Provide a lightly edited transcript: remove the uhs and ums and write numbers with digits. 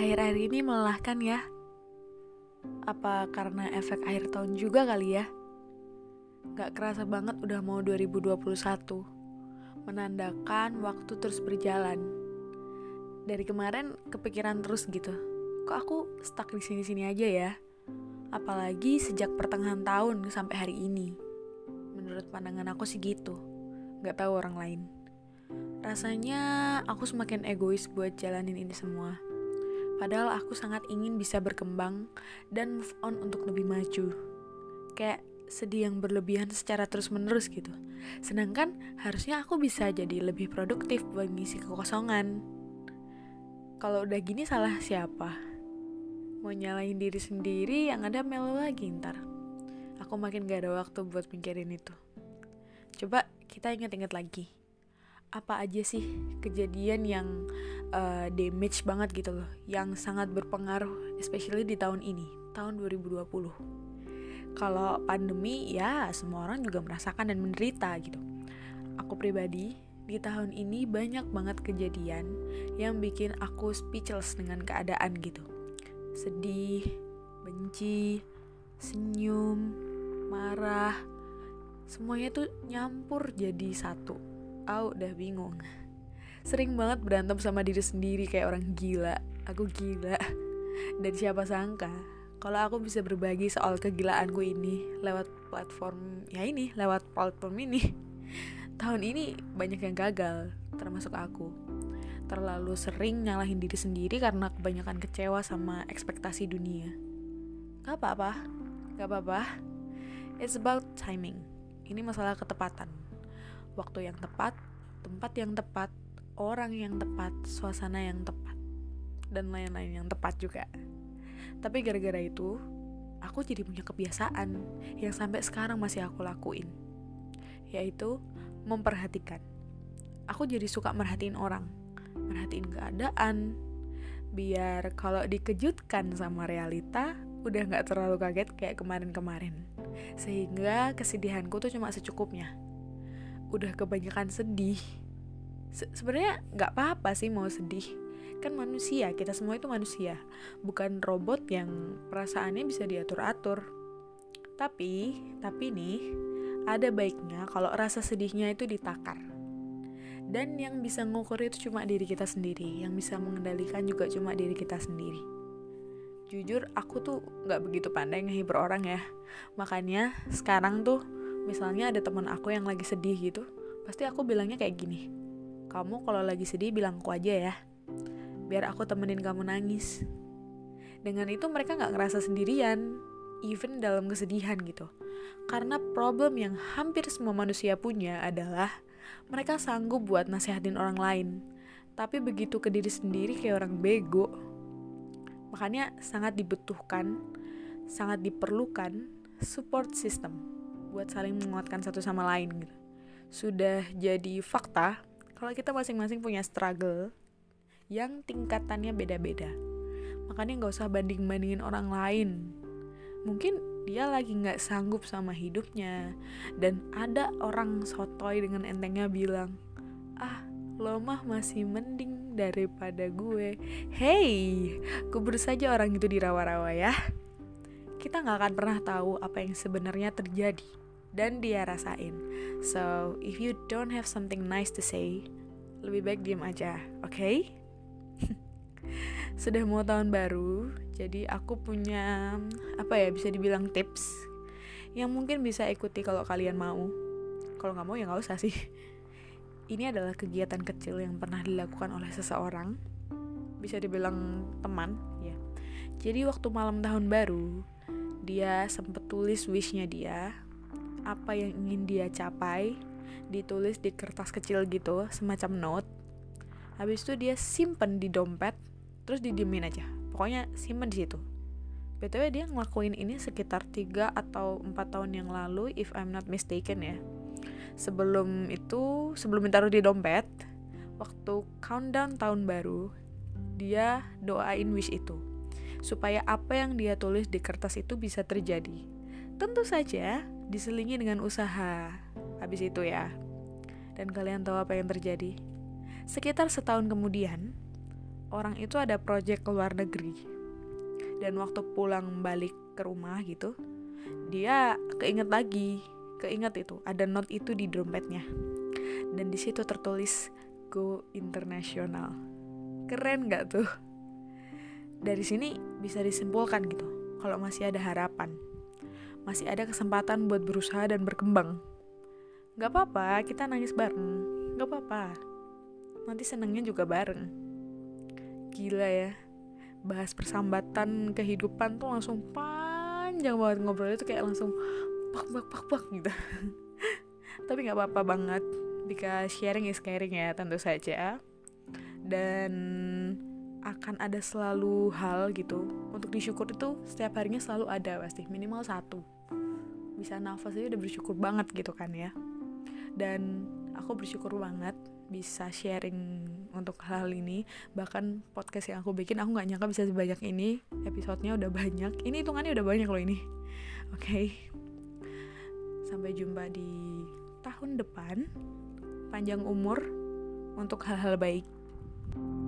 Akhir-akhir ini melelahkan ya. Apa karena efek akhir tahun juga kali ya? Gak kerasa banget udah mau 2021. Menandakan waktu terus berjalan. Dari kemarin kepikiran terus gitu. Kok aku stuck di sini-sini aja ya? Apalagi sejak pertengahan tahun sampai hari ini. Menurut pandangan aku sih gitu. Gak tahu orang lain. Rasanya aku semakin egois buat jalanin ini semua. Padahal aku sangat ingin bisa berkembang dan move on untuk lebih maju. Kayak sedih yang berlebihan secara terus-menerus gitu. Sedangkan harusnya aku bisa jadi lebih produktif buat ngisi kekosongan. Kalau udah gini salah siapa? Mau nyalahin diri sendiri yang ada melo lagi ntar. Aku makin gak ada waktu buat mikirin itu. Coba kita ingat-ingat lagi. Apa aja sih kejadian yang damage banget gitu loh, yang sangat berpengaruh especially di tahun ini, tahun 2020. Kalau pandemi ya semua orang juga merasakan dan menderita gitu. Aku pribadi di tahun ini banyak banget kejadian yang bikin aku speechless dengan keadaan gitu. Sedih, benci, senyum, marah, semuanya tuh nyampur jadi satu. Udah bingung. Sering banget berantem sama diri sendiri kayak orang gila. Aku gila. Dan siapa sangka kalau aku bisa berbagi soal kegilaanku ini lewat platform ini. Tahun ini banyak yang gagal, termasuk aku. Terlalu sering nyalahin diri sendiri karena kebanyakan kecewa sama ekspektasi dunia. Gak apa-apa. It's about timing. Ini masalah ketepatan. Waktu yang tepat, tempat yang tepat, orang yang tepat, suasana yang tepat, dan lain-lain yang tepat juga. Tapi gara-gara itu, aku jadi punya kebiasaan yang sampai sekarang masih aku lakuin, yaitu memperhatikan. Aku jadi suka merhatiin orang, merhatiin keadaan, biar kalau dikejutkan sama realita, udah gak terlalu kaget kayak kemarin-kemarin. Sehingga kesedihanku tuh cuma secukupnya. Udah kebanyakan sedih. Sebenarnya nggak apa-apa sih mau sedih, kan manusia, kita semua itu manusia, bukan robot yang perasaannya bisa diatur-atur. Tapi nih ada baiknya kalau rasa sedihnya itu ditakar, dan yang bisa ngukur itu cuma diri kita sendiri, yang bisa mengendalikan juga cuma diri kita sendiri. Jujur aku tuh nggak begitu pandai ngehibur orang ya, makanya sekarang tuh misalnya ada teman aku yang lagi sedih gitu, pasti aku bilangnya kayak gini, kamu kalau lagi sedih bilang aku aja ya, biar aku temenin kamu nangis. Dengan itu mereka gak ngerasa sendirian, even dalam kesedihan gitu. Karena problem yang hampir semua manusia punya adalah mereka sanggup buat nasihatin orang lain, tapi begitu ke diri sendiri kayak orang bego. Makanya sangat dibutuhkan, sangat diperlukan support system buat saling menguatkan satu sama lain gitu. Sudah jadi fakta kalau kita masing-masing punya struggle yang tingkatannya beda-beda. Makanya gak usah banding-bandingin orang lain. Mungkin dia lagi gak sanggup sama hidupnya, dan ada orang sotoy dengan entengnya bilang, lo mah masih mending daripada gue. Hey, kubur saja orang itu di rawa-rawa ya. Kita gak akan pernah tahu apa yang sebenarnya terjadi dan dia rasain. So, if you don't have something nice to say, lebih baik diem aja, okay? Sudah mau tahun baru, jadi aku punya, bisa dibilang tips yang mungkin bisa ikuti kalau kalian mau. Kalau gak mau ya gak usah sih. Ini adalah kegiatan kecil yang pernah dilakukan oleh seseorang, bisa dibilang teman, ya. Jadi waktu malam tahun baru, dia sempet tulis wish-nya dia, apa yang ingin dia capai, ditulis di kertas kecil gitu, semacam note. Habis itu dia simpen di dompet, terus didiemin aja. Pokoknya simpen di situ. BTW dia ngelakuin ini sekitar 3 atau 4 tahun yang lalu, if I'm not mistaken ya. Sebelum ditaruh di dompet, waktu countdown tahun baru, dia doain wish itu, supaya apa yang dia tulis di kertas itu bisa terjadi. Tentu saja diselingi dengan usaha. Habis itu ya. Dan kalian tahu apa yang terjadi? Sekitar setahun kemudian, orang itu ada project ke luar negeri, dan waktu pulang balik ke rumah gitu, dia keinget itu ada note itu di dompetnya, dan di situ tertulis go international. Keren nggak tuh? Dari sini bisa disimpulkan gitu, kalau masih ada harapan, masih ada kesempatan buat berusaha dan berkembang. Gak apa-apa kita nangis bareng, gak apa-apa, nanti senengnya juga bareng. Gila ya, bahas persambatan kehidupan tuh langsung panjang banget, ngobrolnya tuh kayak langsung pak gitu. Tapi gak apa-apa banget, because sharing is caring ya, tentu saja. Dan akan ada selalu hal gitu untuk disyukur, itu setiap harinya selalu ada, pasti minimal satu. Bisa nafas aja udah bersyukur banget gitu kan ya. Dan aku bersyukur banget bisa sharing untuk hal ini. Bahkan podcast yang aku bikin, aku gak nyangka bisa sebanyak ini. Episodenya udah banyak, ini hitungannya udah banyak loh ini. Oke. Sampai jumpa di tahun depan. Panjang umur untuk hal-hal baik.